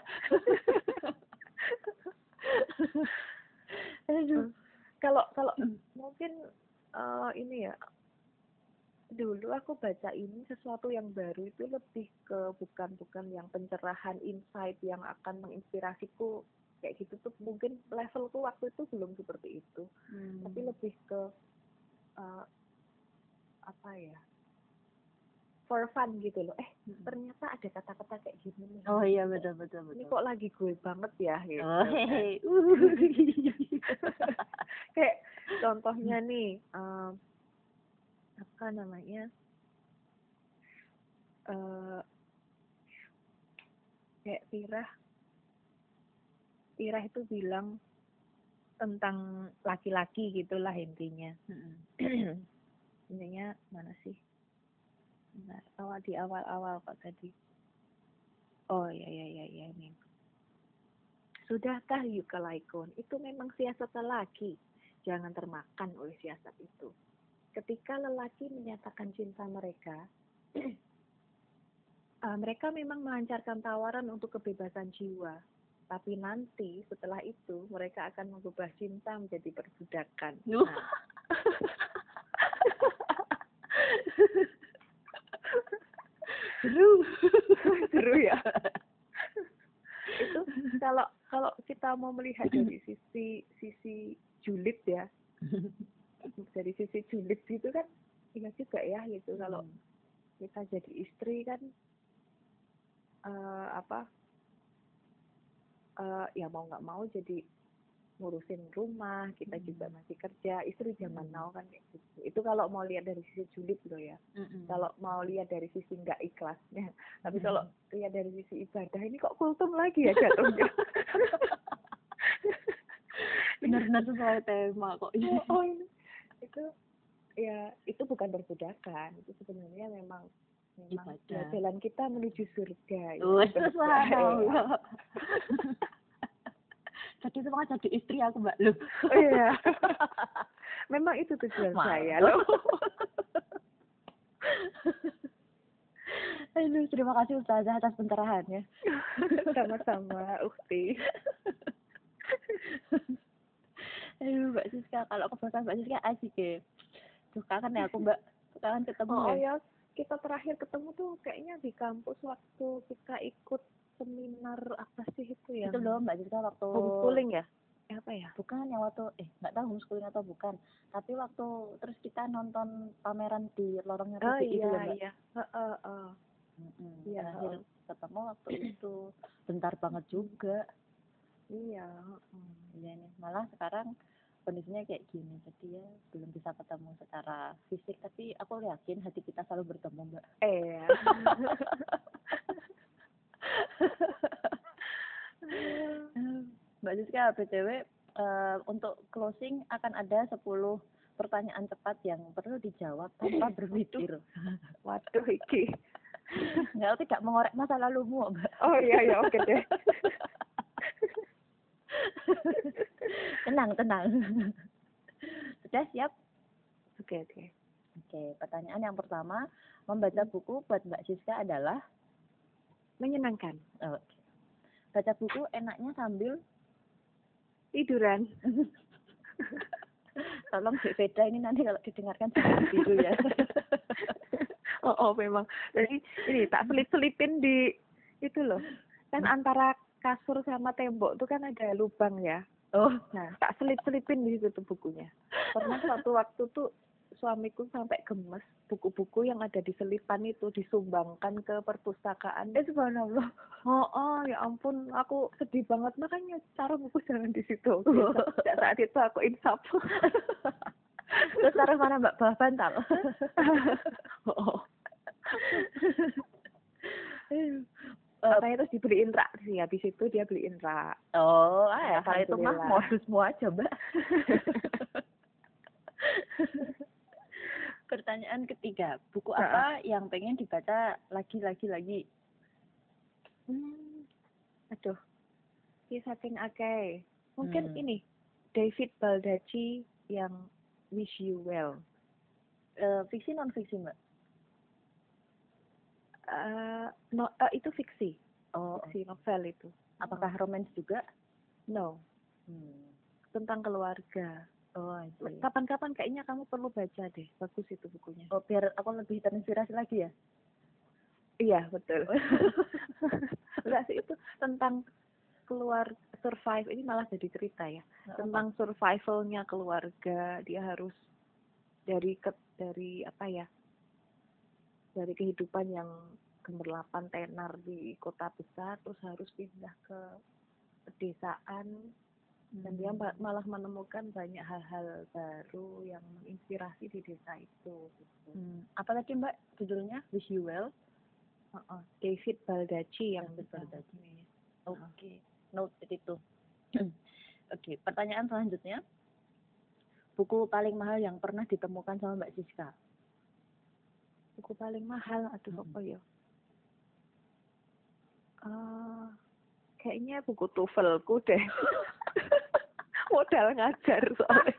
Speaker 2: Kalau mungkin ini ya, dulu aku baca ini sesuatu yang baru itu lebih ke bukan yang pencerahan insight yang akan menginspirasiku kayak gitu tuh, mungkin levelku waktu itu belum seperti itu, tapi lebih ke apa ya, for fun gitu loh. Ternyata ada kata-kata kayak gini nih.
Speaker 3: Oh iya, betul.
Speaker 2: Ini kok lagi gue banget ya gitu. Kayak contohnya nih, apa namanya, kayak Tirah itu bilang tentang laki-laki gitulah intinya. Intinya mana sih? Benar, di awal kok tadi. Oh ya ini. Sudahkah yukalaikun? Itu memang siasat lelaki. Jangan termakan oleh siasat itu. Ketika lelaki menyatakan cinta mereka, mereka memang melancarkan tawaran untuk kebebasan jiwa. Tapi nanti setelah itu mereka akan mengubah cinta menjadi perbudakan. Seru ya. Itu kalau kita mau melihat dari sisi julid ya, dari sisi julid gitu kan, iya juga ya gitu. Kalau kita jadi istri kan ya mau nggak mau jadi ngurusin rumah, kita juga masih kerja, istri zaman now kan kayak gitu. Itu kalau mau lihat dari sisi julid loh ya. Kalau mau lihat dari sisi nggak ikhlasnya, tapi kalau lihat dari sisi ibadah, ini kok kultum lagi ya jatuhnya.
Speaker 3: Benar-benar sesuai tema kok.
Speaker 2: Itu ya, itu bukan perbudakan, itu sebenarnya memang ya, jalan kita menuju surga.
Speaker 3: Jadi semangat jadi istri aku, Mbak lu.
Speaker 2: Iya. Memang itu tujuan saya loh.
Speaker 3: Aduh, terima kasih Ustazah atas pencerahannya.
Speaker 2: Sama-sama, Ukti.
Speaker 3: Aduh, Mbak Siska, kalau kebetulan Mbak Siska asik ya. Tuh kangen ya aku, Mbak. Kangen ketemu ya.
Speaker 2: Oh ya, kita terakhir ketemu tuh kayaknya di kampus waktu kita ikut seminar apa sih itu ya?
Speaker 3: Itu loh Mbak Siska, waktu
Speaker 2: homeschooling ya? Apa ya?
Speaker 3: Bukan, yang waktu nggak tahu homeschooling atau bukan. Tapi waktu terus kita nonton pameran di lorongnya TV itu ya, Mbak.
Speaker 2: Iya.
Speaker 3: Terakhir ketemu waktu itu bentar banget juga.
Speaker 2: Iya.
Speaker 3: Iya nih, malah sekarang kondisinya kayak gini, jadi ya belum bisa ketemu secara fisik, tapi aku yakin hati kita selalu bertemu, Mbak.
Speaker 2: Iya.
Speaker 3: Mbak Siska, BTW untuk closing akan ada 10 pertanyaan cepat yang perlu dijawab tanpa berpikir.
Speaker 2: Waduh, iki.
Speaker 3: Nggak, tidak mengorek masa lalumu, Mbak.
Speaker 2: Oh iya, oke deh.
Speaker 3: Tenang. Sudah siap?
Speaker 2: Oke.
Speaker 3: Pertanyaan yang pertama, membaca buku buat Mbak Siska adalah
Speaker 2: menyenangkan.
Speaker 3: Oke. Baca buku enaknya sambil
Speaker 2: tiduran.
Speaker 3: Tolong beda ini nanti kalau didengarkan jangan tidur ya.
Speaker 2: Oh memang. Jadi ini tak selip-selipin di itu loh. Kan antara kasur sama tembok tuh kan ada lubang ya.
Speaker 3: Oh,
Speaker 2: Nah, tak selip-selipin di situ tuh bukunya. Pernah suatu waktu tuh suamiku sampai gemes, buku-buku yang ada di selipan itu disumbangkan ke perpustakaan.
Speaker 3: subhanallah.
Speaker 2: Oh, ya ampun, aku sedih banget, makanya taruh buku jangan di situ. Sejak saat itu aku insaf.
Speaker 3: Terus taruh mana Mbak? Bawah bantal.
Speaker 2: Oh. Makanya terus dibeliin rak sih, habis itu dia beliin rak.
Speaker 3: Oh, ya itu mah
Speaker 2: Alhamdulillah.
Speaker 3: modusmu aja Mbak. Pertanyaan ketiga, buku apa yang pengen dibaca lagi?
Speaker 2: Aduh, ini saking akeh. Mungkin ini David Baldacci yang Wish You Well.
Speaker 3: Fiksi non fiksi Mbak?
Speaker 2: Itu fiksi. Fiksi novel itu.
Speaker 3: Apakah romance juga?
Speaker 2: No. Tentang keluarga.
Speaker 3: Itu.
Speaker 2: Kapan-kapan kayaknya kamu perlu baca deh. Bagus itu bukunya.
Speaker 3: Oh, biar aku lebih terinspirasi lagi ya?
Speaker 2: Iya, betul. Enggak sih, itu tentang survive. Ini malah jadi cerita ya. Tentang survivalnya keluarga. Dia harus dari apa ya? Dari kehidupan yang gemerlapan tenar di kota besar, terus harus pindah ke pedesaan. Dan dia malah menemukan banyak hal-hal baru yang menginspirasi di desa itu. Gitu.
Speaker 3: Apa tadi Mbak judulnya? Wish You Well?
Speaker 2: David Baldacci yang
Speaker 3: Baldacci. Oke. Note itu. Oke, pertanyaan selanjutnya. Buku paling mahal yang pernah ditemukan sama Mbak Siska?
Speaker 2: Buku paling mahal, apa ya? Kayaknya buku TOEFL-ku deh. Modal ngajar soalnya.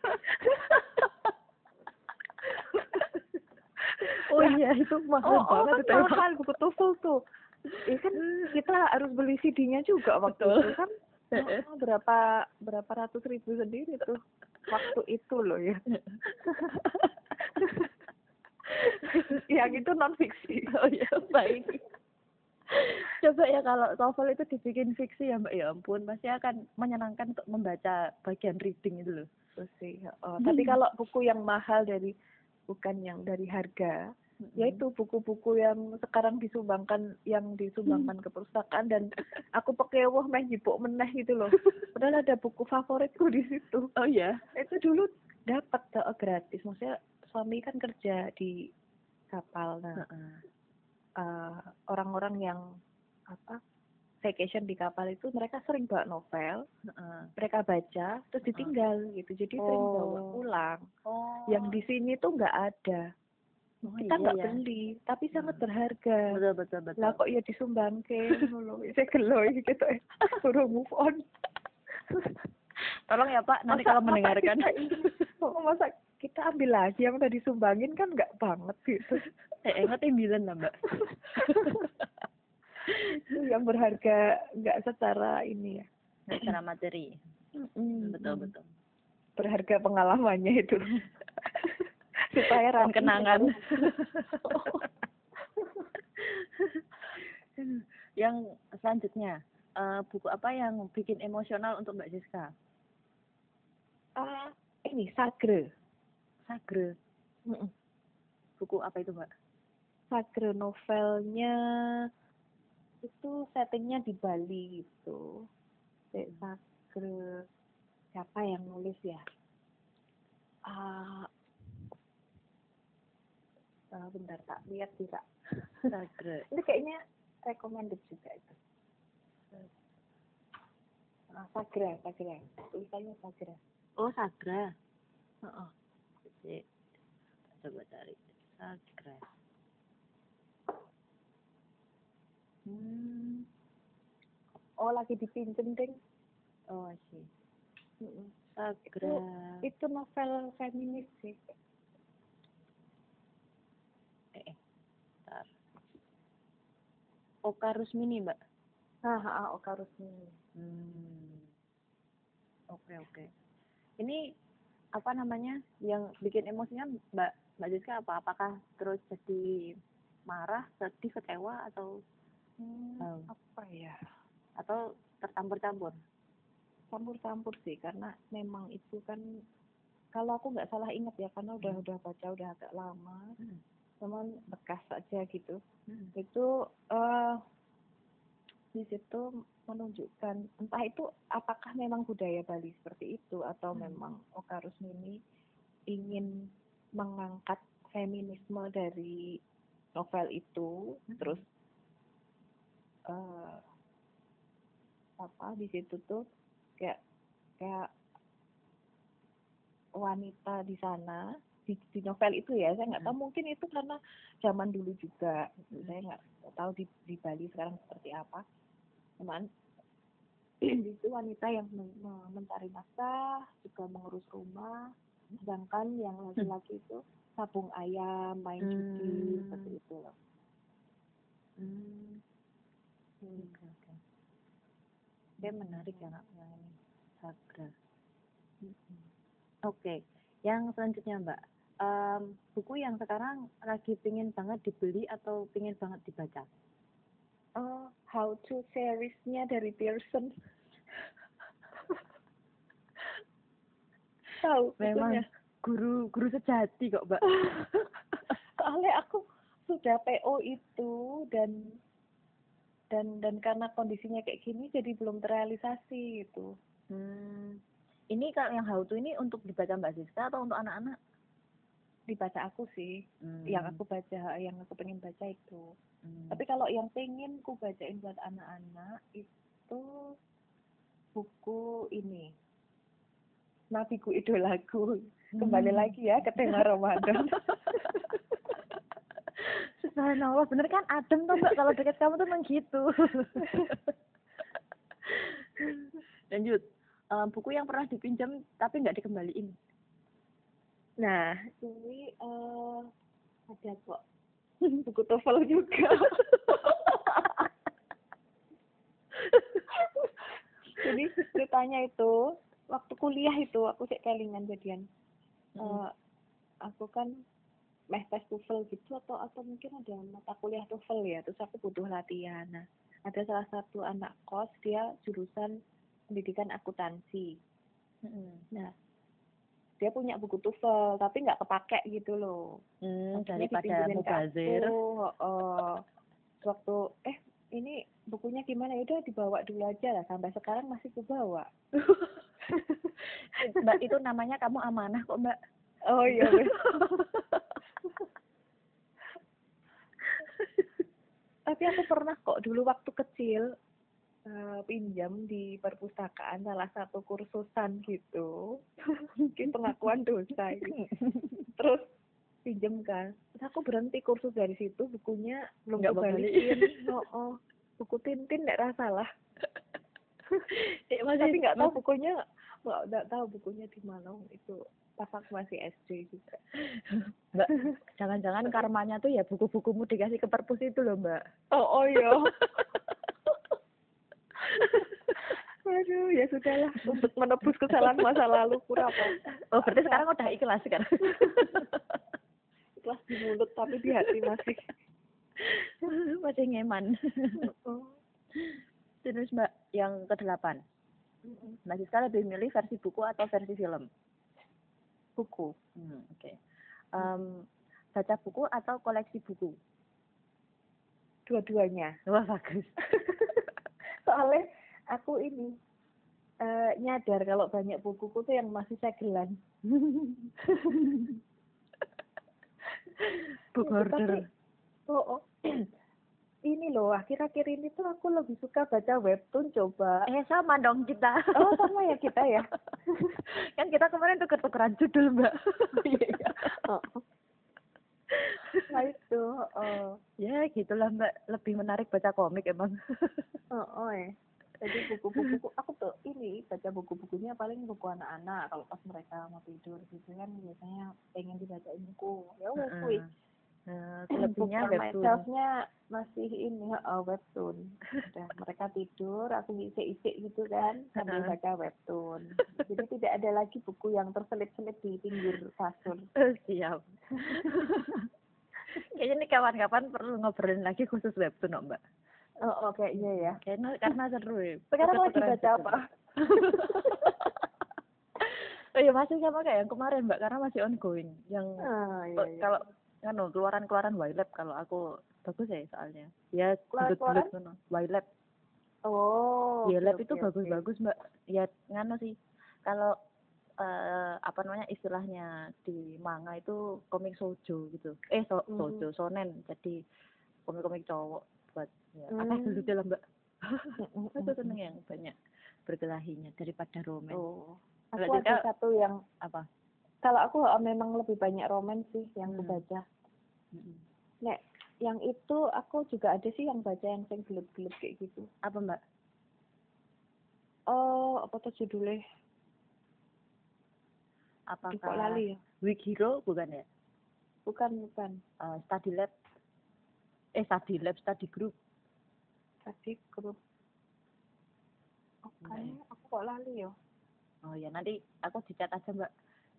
Speaker 3: Oh iya, itu mahal banget.
Speaker 2: Kan mahal buku TOEFL tuh. Kan kita harus beli CD-nya juga waktu itu kan. Berapa ratus ribu sendiri tuh waktu itu loh ya. Yang itu non fiksi.
Speaker 3: Oh ya, baik. Coba ya kalau TOEFL itu dibikin fiksi ya Mbak, ya ampun, pasti akan menyenangkan untuk membaca bagian reading itu loh.
Speaker 2: Tapi kalau buku yang mahal bukan yang dari harga, yaitu buku-buku yang sekarang disumbangkan ke perpustakaan, dan aku pakai meh jipuk meneh gitu loh. Padahal ada buku favoritku di situ.
Speaker 3: Oh ya.
Speaker 2: Itu dulu dapat gratis. Maksudnya suami kan kerja di kapal. Nah, orang-orang yang vacation di kapal itu mereka sering bawa novel, mereka baca terus ditinggal gitu, jadi sering bawa pulang. Yang di sini tuh nggak ada. Kita nggak beli, tapi sangat berharga.
Speaker 3: Betul.
Speaker 2: Lah kok ya disumbangke, saya geloy gitu ya. Suruh move on.
Speaker 3: Tolong ya Pak, nanti kalau mendengarkan.
Speaker 2: Masa kita ambil lagi yang udah disumbangin, kan nggak banget gitu.
Speaker 3: Ngetimbilan lah Mbak.
Speaker 2: Itu yang berharga nggak secara ini ya.
Speaker 3: Nggak secara materi. Betul.
Speaker 2: Berharga pengalamannya itu. Supaya
Speaker 3: dan kenangan. Yang selanjutnya, buku apa yang bikin emosional untuk Mbak Siska?
Speaker 2: Ini Sagre.
Speaker 3: Buku apa itu Mbak?
Speaker 2: Sagre, novelnya itu settingnya di Bali gitu. Sagre, siapa yang nulis ya? Bentar, tak lihat sih Kak.
Speaker 3: Sagre.
Speaker 2: Ini kayaknya recommended juga itu. Sagra. Tulisannya Sagra.
Speaker 3: Oh, Sagra. Coba cari Sagra.
Speaker 2: Oh, lagi dipinjem, Ding.
Speaker 3: Oh, sih. Sagra.
Speaker 2: Itu novel feminis sih.
Speaker 3: Bentar. Oka Rusmini, Mbak.
Speaker 2: Oka Rusmini.
Speaker 3: Oke. Ini apa namanya yang bikin emosinya Mbak Siska apa? Apakah terus jadi marah, sedih, kecewa atau
Speaker 2: apa ya?
Speaker 3: Atau
Speaker 2: tercampur-campur?
Speaker 3: Campur-campur sih, karena memang itu kan kalau aku nggak salah ingat ya, karena udah baca udah agak lama, cuman bekas aja gitu. Itu di situ menunjukkan entah itu apakah memang budaya Bali seperti itu atau memang Oka Rusmini ingin mengangkat feminisme dari novel itu, terus di situ tuh kayak wanita di sana di novel itu ya, saya nggak tahu, mungkin itu karena zaman dulu juga, saya nggak tahu di Bali sekarang seperti apa, cuman itu wanita yang mencari nafkah, juga mengurus rumah, sedangkan yang laki-laki itu sabung ayam, main judi, seperti itu loh.
Speaker 2: Dia menarik ya Kak, yang ini Sagra. Oke, yang selanjutnya Mbak, buku yang sekarang lagi pingin banget dibeli atau pingin banget dibaca?
Speaker 3: How to Series-nya dari Pearson. Tahu,
Speaker 2: memang guru sejati kok Mbak.
Speaker 3: Soalnya aku sudah PO itu dan karena kondisinya kayak gini jadi belum terrealisasi gitu.
Speaker 2: Ini kalau yang How to ini untuk dibaca Mbak Siska atau untuk anak-anak?
Speaker 3: Dibaca aku sih. Yang aku baca, yang aku pengen baca itu. Tapi kalau yang pengen ku bacain buat anak-anak itu buku ini. Nabiku Idolaku. Kembali lagi ya ke tema Ramadan.
Speaker 2: Subhanallah, bener kan adem tuh Mbak, kalau deket kamu tuh memang gitu. Lanjut, buku yang pernah dipinjam tapi nggak dikembaliin.
Speaker 3: Nah, ini ada kok buku TOEFL juga. Jadi ceritanya itu waktu kuliah itu aku cek kelingan jadian. Aku kan tes TOEFL gitu atau mungkin ada mata kuliah TOEFL ya, terus aku butuh latihan. Nah, ada salah satu anak kos, dia jurusan pendidikan akuntansi. Nah, dia punya buku TOEFL tapi nggak kepake gitu loh.
Speaker 2: Daripada mubazir.
Speaker 3: Waktu ini bukunya gimana, udah dibawa dulu aja lah, sampai sekarang masih kubawa.
Speaker 2: Mbak, itu namanya kamu amanah kok Mbak.
Speaker 3: Oh iya. Tapi aku pernah kok dulu waktu kecil pinjam di perpustakaan salah satu kursusan gitu. Mungkin pengakuan dosa gitu. Terus pinjam kan. Terus aku berhenti kursus dari situ, bukunya belum dibalikin. Buku Tintin enggak salah. Tapi enggak tahu bukunya, enggak tahu bukunya di mana itu. Pas aku masih SD juga.
Speaker 2: Mbak, jangan-jangan karmanya tuh ya buku-bukumu dikasih ke perpus itu loh Mbak.
Speaker 3: Oh iya. Aduh, ya sudahlah, untuk menebus kesalahan masa lalu kurang apa.
Speaker 2: Oh, berarti sekarang udah ikhlas kan?
Speaker 3: Ikhlas di mulut tapi di hati
Speaker 2: masih ngeman. Terus Mbak, yang ke-8. Mbak Siska lebih milih versi buku atau versi film?
Speaker 3: Buku.
Speaker 2: Oke. Baca buku atau koleksi buku?
Speaker 3: Dua-duanya.
Speaker 2: Wah, bagus.
Speaker 3: Soalnya aku ini nyadar kalau banyak bukuku tuh yang masih segelan.
Speaker 2: Book order.
Speaker 3: Ini loh, akhir-akhir ini tuh aku lebih suka baca webtoon coba.
Speaker 2: Sama dong kita.
Speaker 3: Oh, sama ya kita ya.
Speaker 2: Kan kita kemarin tuker-tukeran judul Mbak.
Speaker 3: Nah itu.
Speaker 2: Ya gitulah Mbak, lebih menarik baca komik emang.
Speaker 3: Jadi buku-buku aku tuh ini baca buku-bukunya paling buku anak-anak kalau pas mereka mau tidur gitu kan, biasanya pengen dibacain buku. Ya buku.
Speaker 2: Selebihnya webtoon.
Speaker 3: Selfnya masih ini webtoon. Udah mereka tidur, aku isi-isi gitu kan sambil baca webtoon. Jadi tidak ada lagi buku yang terselip-selip di pinggir kasur.
Speaker 2: Siap. Kayaknya nih kawan-kawan perlu ngobrolin lagi khusus webtoon Mbak. Oh, kayaknya ya.
Speaker 3: Karena seru ya.
Speaker 2: Sekarang lagi baca apa?
Speaker 3: Oh iya, masih sama kayak yang kemarin Mbak, karena masih ongoing. Yang
Speaker 2: iya.
Speaker 3: Kalau keluaran YLab kalau aku bagus ya soalnya. Ya bulut-bulut ngono. YLab.
Speaker 2: Oh.
Speaker 3: YLab itu bagus-bagus Mbak. Ya ngano sih. Kalau istilahnya di manga itu komik shoujo gitu. Shoujo, shonen. Jadi komik-komik cowok buat ya dulu dalam Mbak. Aku seneng yang banyak berkelahinya daripada roman.
Speaker 2: Oh. Aku ada satu yang
Speaker 3: apa?
Speaker 2: Kalau aku memang lebih banyak roman sih yang aku baca. Nek, yang itu aku juga ada sih yang baca yang gelut-gelut kayak gitu.
Speaker 3: Apa Mbak?
Speaker 2: Oh, apa tuh judulnya?
Speaker 3: Apakah
Speaker 2: kok lali ya?
Speaker 3: Weak Hero bukan ya?
Speaker 2: Bukan.
Speaker 3: Study Group.
Speaker 2: Study Group. Oke, aku kok lali ya?
Speaker 3: Oh ya, nanti aku dicat aja Mbak.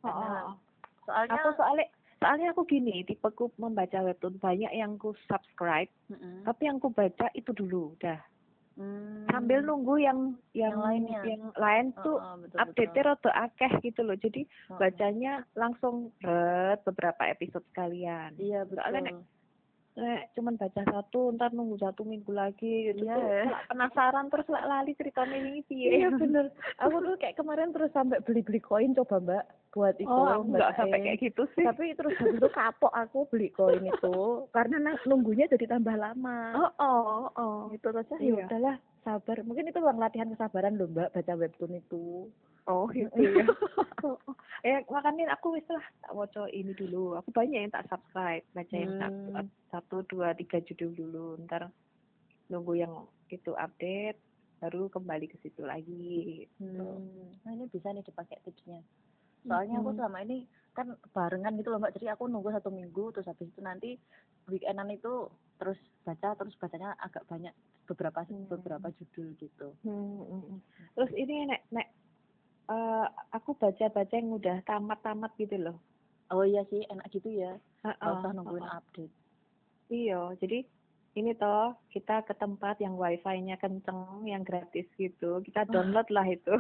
Speaker 2: Soalnya aku gini, tipeku membaca webtoon banyak yang ku subscribe, tapi yang ku baca itu dulu udah. Sambil nunggu yang lain tuh update-nya rada akeh gitu loh. Jadi bacanya langsung beberapa episode sekalian.
Speaker 3: Iya, betul.
Speaker 2: Soalnya cuman baca satu, ntar nunggu 1 minggu lagi gitu. Penasaran terus lali ceritanya ini piye.
Speaker 3: Iya bener. Aku tuh kayak kemarin terus sampai beli koin coba Mbak buat itu.
Speaker 2: Enggak sampai kayak gitu sih.
Speaker 3: Tapi terus habis itu kapok aku beli koin itu karena nunggunya jadi tambah lama.
Speaker 2: Oh.
Speaker 3: Itu terus ya udahlah sabar. Mungkin itu ruang latihan kesabaran loh Mbak baca webtoon itu.
Speaker 2: Oh gitu ya. Makanya aku wis lah tak waca ini dulu. Aku banyak yang tak subscribe, baca yang 1, 2, 3 judul dulu. Ntar nunggu yang itu update baru kembali ke situ lagi.
Speaker 3: Nah ini bisa nih dipakai tipsnya. Soalnya aku selama ini kan barengan gitu loh Mbak. Jadi aku nunggu 1 minggu terus habis itu nanti weekendan itu terus bacanya agak banyak beberapa judul gitu.
Speaker 2: Terus ini nek aku baca yang udah tamat gitu loh.
Speaker 3: Oh iya sih, enak gitu ya. Nggak usah nungguin update.
Speaker 2: Iya, jadi ini toh kita ke tempat yang wifi-nya kenceng, yang gratis gitu. Kita download lah itu.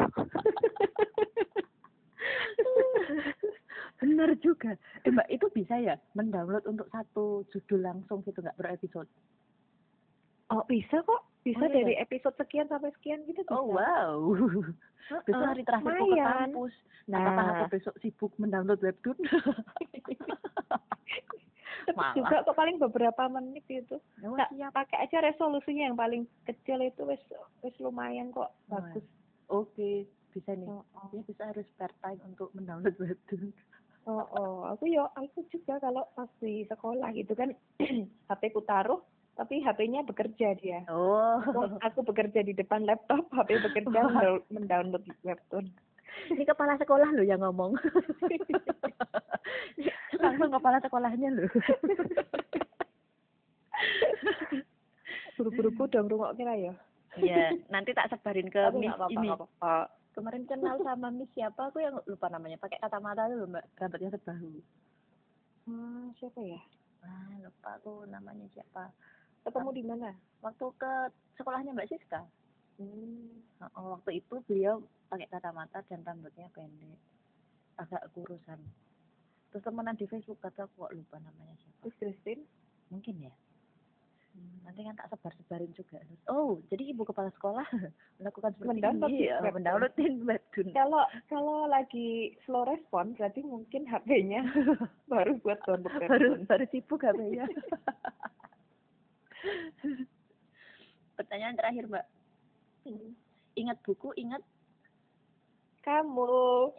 Speaker 3: Bener juga. Mbak, itu bisa ya mendownload untuk satu judul langsung gitu, nggak per episode?
Speaker 2: Oh bisa kok. Bisa dari episode sekian sampai sekian gitu bisa.
Speaker 3: Oh wow. Besok hari terakhirku ke kampus. Apakah aku besok sibuk mendownload webtoon?
Speaker 2: Juga kok paling beberapa menit gitu. Pakai aja resolusinya yang paling kecil itu wes lumayan kok. Bagus.
Speaker 3: Oke, bisa nih. Ya bisa harus spare time untuk mendownload webtoon.
Speaker 2: Aku juga kalau pas di sekolah gitu kan HP ku taruh tapi HP-nya bekerja dia. Aku bekerja di depan laptop, HP bekerja mendownload webtoon.
Speaker 3: Ini kepala sekolah loh yang ngomong. Langsung kepala sekolahnya loh.
Speaker 2: Buru-buru dong rungok kira ya.
Speaker 3: Iya, nanti tak sebarin ke Miss ini.
Speaker 2: Apa.
Speaker 3: Kemarin kenal sama Miss siapa, aku yang lupa namanya. Pakai kacamata dulu Mbak, rambutnya sebahu.
Speaker 2: Siapa ya?
Speaker 3: Lupa aku namanya siapa.
Speaker 2: Ketemu di mana?
Speaker 3: Waktu ke sekolahnya Mbak Siska. Waktu itu beliau pakai kacamata dan rambutnya pendek, agak kurusan. Terus temenan di Facebook, kata aku kok lupa namanya siapa.
Speaker 2: Christine?
Speaker 3: Mungkin ya. Nanti kan tak sebar-sebarin juga. Jadi ibu kepala sekolah melakukan seperti ini, mendownloadin webtoon.
Speaker 2: Kalau lagi slow respon, berarti mungkin HP-nya baru buat download webtoon.
Speaker 3: Baru sibuk HP-nya. Pertanyaan terakhir Mbak. Ingat buku, ingat
Speaker 2: kamu.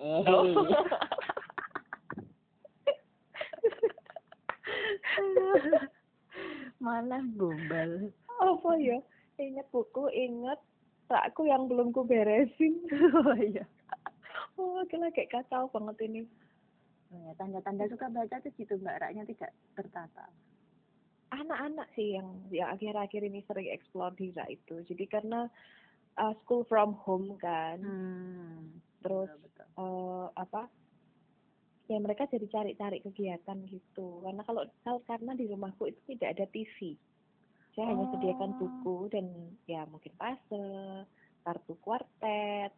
Speaker 3: Malah gombal.
Speaker 2: Apa ya? Ingat buku, ingat aku yang belum ku beresin.
Speaker 3: Iya.
Speaker 2: Kayak kacau banget ini.
Speaker 3: Tanda-tanda suka baca tuh gitu Mbak, raknya tidak tertata.
Speaker 2: Anak-anak sih yang akhir-akhir ini sering explore di rak itu. Jadi karena school from home kan. Terus ya mereka jadi cari-cari kegiatan gitu. Karena karena di rumahku itu tidak ada TV. Saya hanya sediakan buku dan ya mungkin puzzle, kartu kuartet,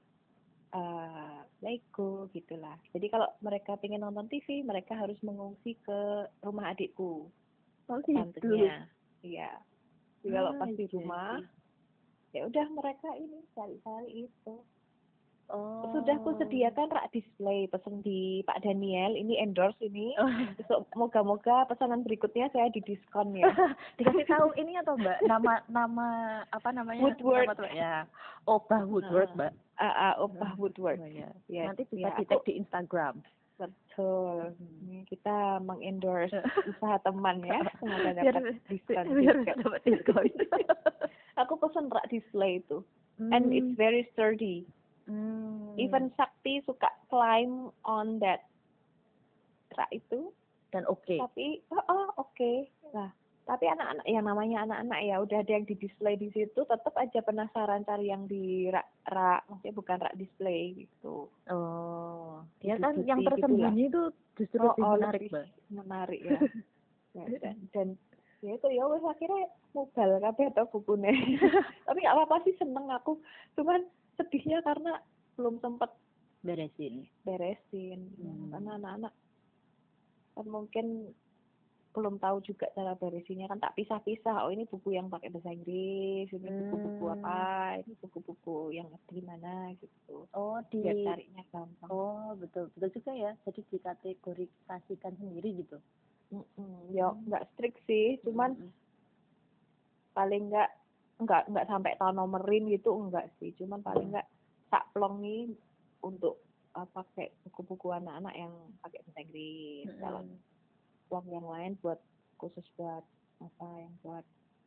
Speaker 2: Lego gitulah. Jadi kalau mereka pengen nonton TV, mereka harus mengungsi ke rumah adikku.
Speaker 3: Oh gitu.
Speaker 2: Tantenya. Iya. Jadi kalau pas di rumah, ya udah mereka ini cari-cari itu.
Speaker 3: Oh.
Speaker 2: Sudah aku sediakan rak display, pesen di Pak Daniel, ini endorse ini. Besok moga-moga pesanan berikutnya saya didiskon ya.
Speaker 3: Dikasih tahu ini atau Mbak nama apa namanya?
Speaker 2: Woodward.
Speaker 3: Ya. Opah Woodward, Mbak.
Speaker 2: Opah Woodward.
Speaker 3: Oh, ya.
Speaker 2: Ya,
Speaker 3: nanti bisa
Speaker 2: ya,
Speaker 3: di-tag di Instagram.
Speaker 2: Betul. Ini kita mengendorse usaha teman ya. Semoga dapat diskon.
Speaker 3: Biar dapat diskon.
Speaker 2: Aku pesen rak display itu. And it's very sturdy. Even Sakti suka climb on that rak itu.
Speaker 3: Dan oke.
Speaker 2: Tapi oke. Nah, tapi anak-anak yang namanya anak-anak ya udah ada yang di display di situ, tetap aja penasaran cari yang di rak, maksudnya bukan rak display gitu.
Speaker 3: Oh, dia kan yang tersembunyi itu justru lebih menarik, Mbak.
Speaker 2: Menarik ya. dan ya itu ya wes akhirnya mobile kabeh atau bukune. Tapi nggak apa-apa sih, seneng aku. Cuman sedihnya karena belum sempat beresin. Karena anak-anak kan mungkin belum tahu juga cara beresinnya, kan tak pisah-pisah. Oh ini buku yang pakai bahasa Inggris, ini buku-buku apa, ini buku-buku yang gimana gitu.
Speaker 3: Oh,
Speaker 2: biar carinya gampang.
Speaker 3: Oh, betul juga ya. Jadi dikategorikan sendiri gitu.
Speaker 2: Ya nggak strict sih, cuman paling nggak sampai tahu nomerin gitu, enggak sih. Cuman paling nggak tak plongi untuk pakai buku-buku anak-anak yang pakai bahasa Inggris. Kalau plong yang lain buat khusus buat apa, yang buat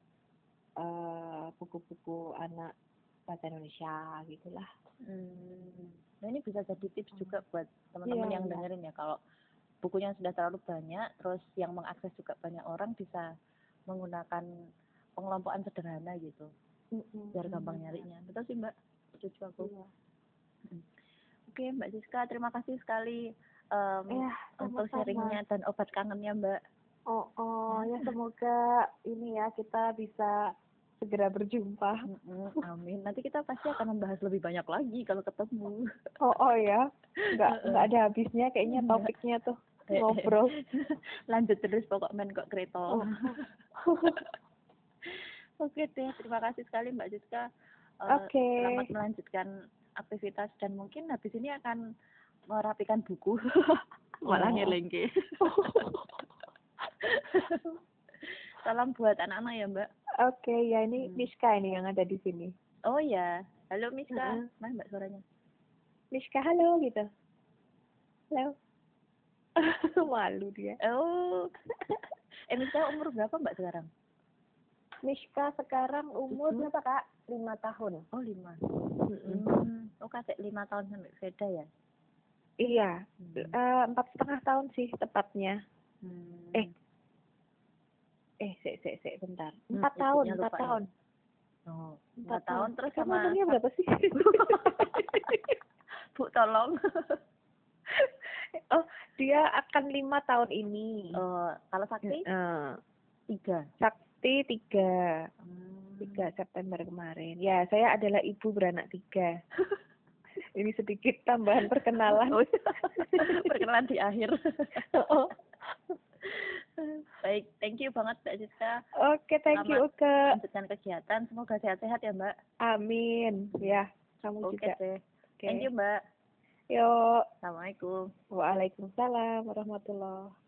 Speaker 2: buku-buku anak bahasa Indonesia gitulah.
Speaker 3: Nah ini bisa jadi tips juga buat teman-teman yang dengerin ya, kalau bukunya sudah terlalu banyak, terus yang mengakses juga banyak orang, bisa menggunakan pengelompokan sederhana gitu, biar gampang nyarinya. Betul sih Mbak, setuju aku. Oke Mbak Siska, terima kasih sekali untuk sharingnya dan obat kangennya Mbak.
Speaker 2: Ya semoga ini ya kita bisa segera berjumpa.
Speaker 3: Amin. Nanti kita pasti akan membahas lebih banyak lagi kalau ketemu.
Speaker 2: Ya, nggak ada habisnya kayaknya topiknya tuh ngobrol.
Speaker 3: Lanjut terus pokok men kok kereta. Oke deh, terima kasih sekali Mbak Siska. Selamat melanjutkan aktivitas dan mungkin habis ini akan merapikan buku. Malah ngelengke. Salam buat anak-anak ya Mbak.
Speaker 2: Oke, ya ini Miska ini yang ada di sini.
Speaker 3: Oh ya, halo Miska. Mana Mbak suaranya?
Speaker 2: Miska, halo gitu. Halo. Malu dia.
Speaker 3: Oh. Miska umur berapa Mbak sekarang?
Speaker 2: Miska sekarang umur berapa Kak? 5 tahun.
Speaker 3: Oh 5. Oh Kak, 5 tahun sampai Veda ya?
Speaker 2: Iya. 4,5 tahun sih tepatnya. Bentar. 4 tahun.
Speaker 3: Oh, 4 tahun terus
Speaker 2: kamu
Speaker 3: sama
Speaker 2: umurnya berapa sih?
Speaker 3: Bu tolong.
Speaker 2: Dia akan 5 tahun ini.
Speaker 3: Kalau Sakti? 3.
Speaker 2: Sakti 3. 3 September kemarin. Ya, saya adalah ibu beranak 3. Ini sedikit tambahan perkenalan.
Speaker 3: Perkenalan di akhir. Baik, thank you banget Mbak Siska.
Speaker 2: Oke, thank you Uke.
Speaker 3: Lanjutkan kegiatan, semoga sehat-sehat ya Mbak.
Speaker 2: Amin. Ya, kamu juga.
Speaker 3: Deh. Thank you Mbak.
Speaker 2: Yuk.
Speaker 3: Assalamualaikum.
Speaker 2: Waalaikumsalam warahmatullahi.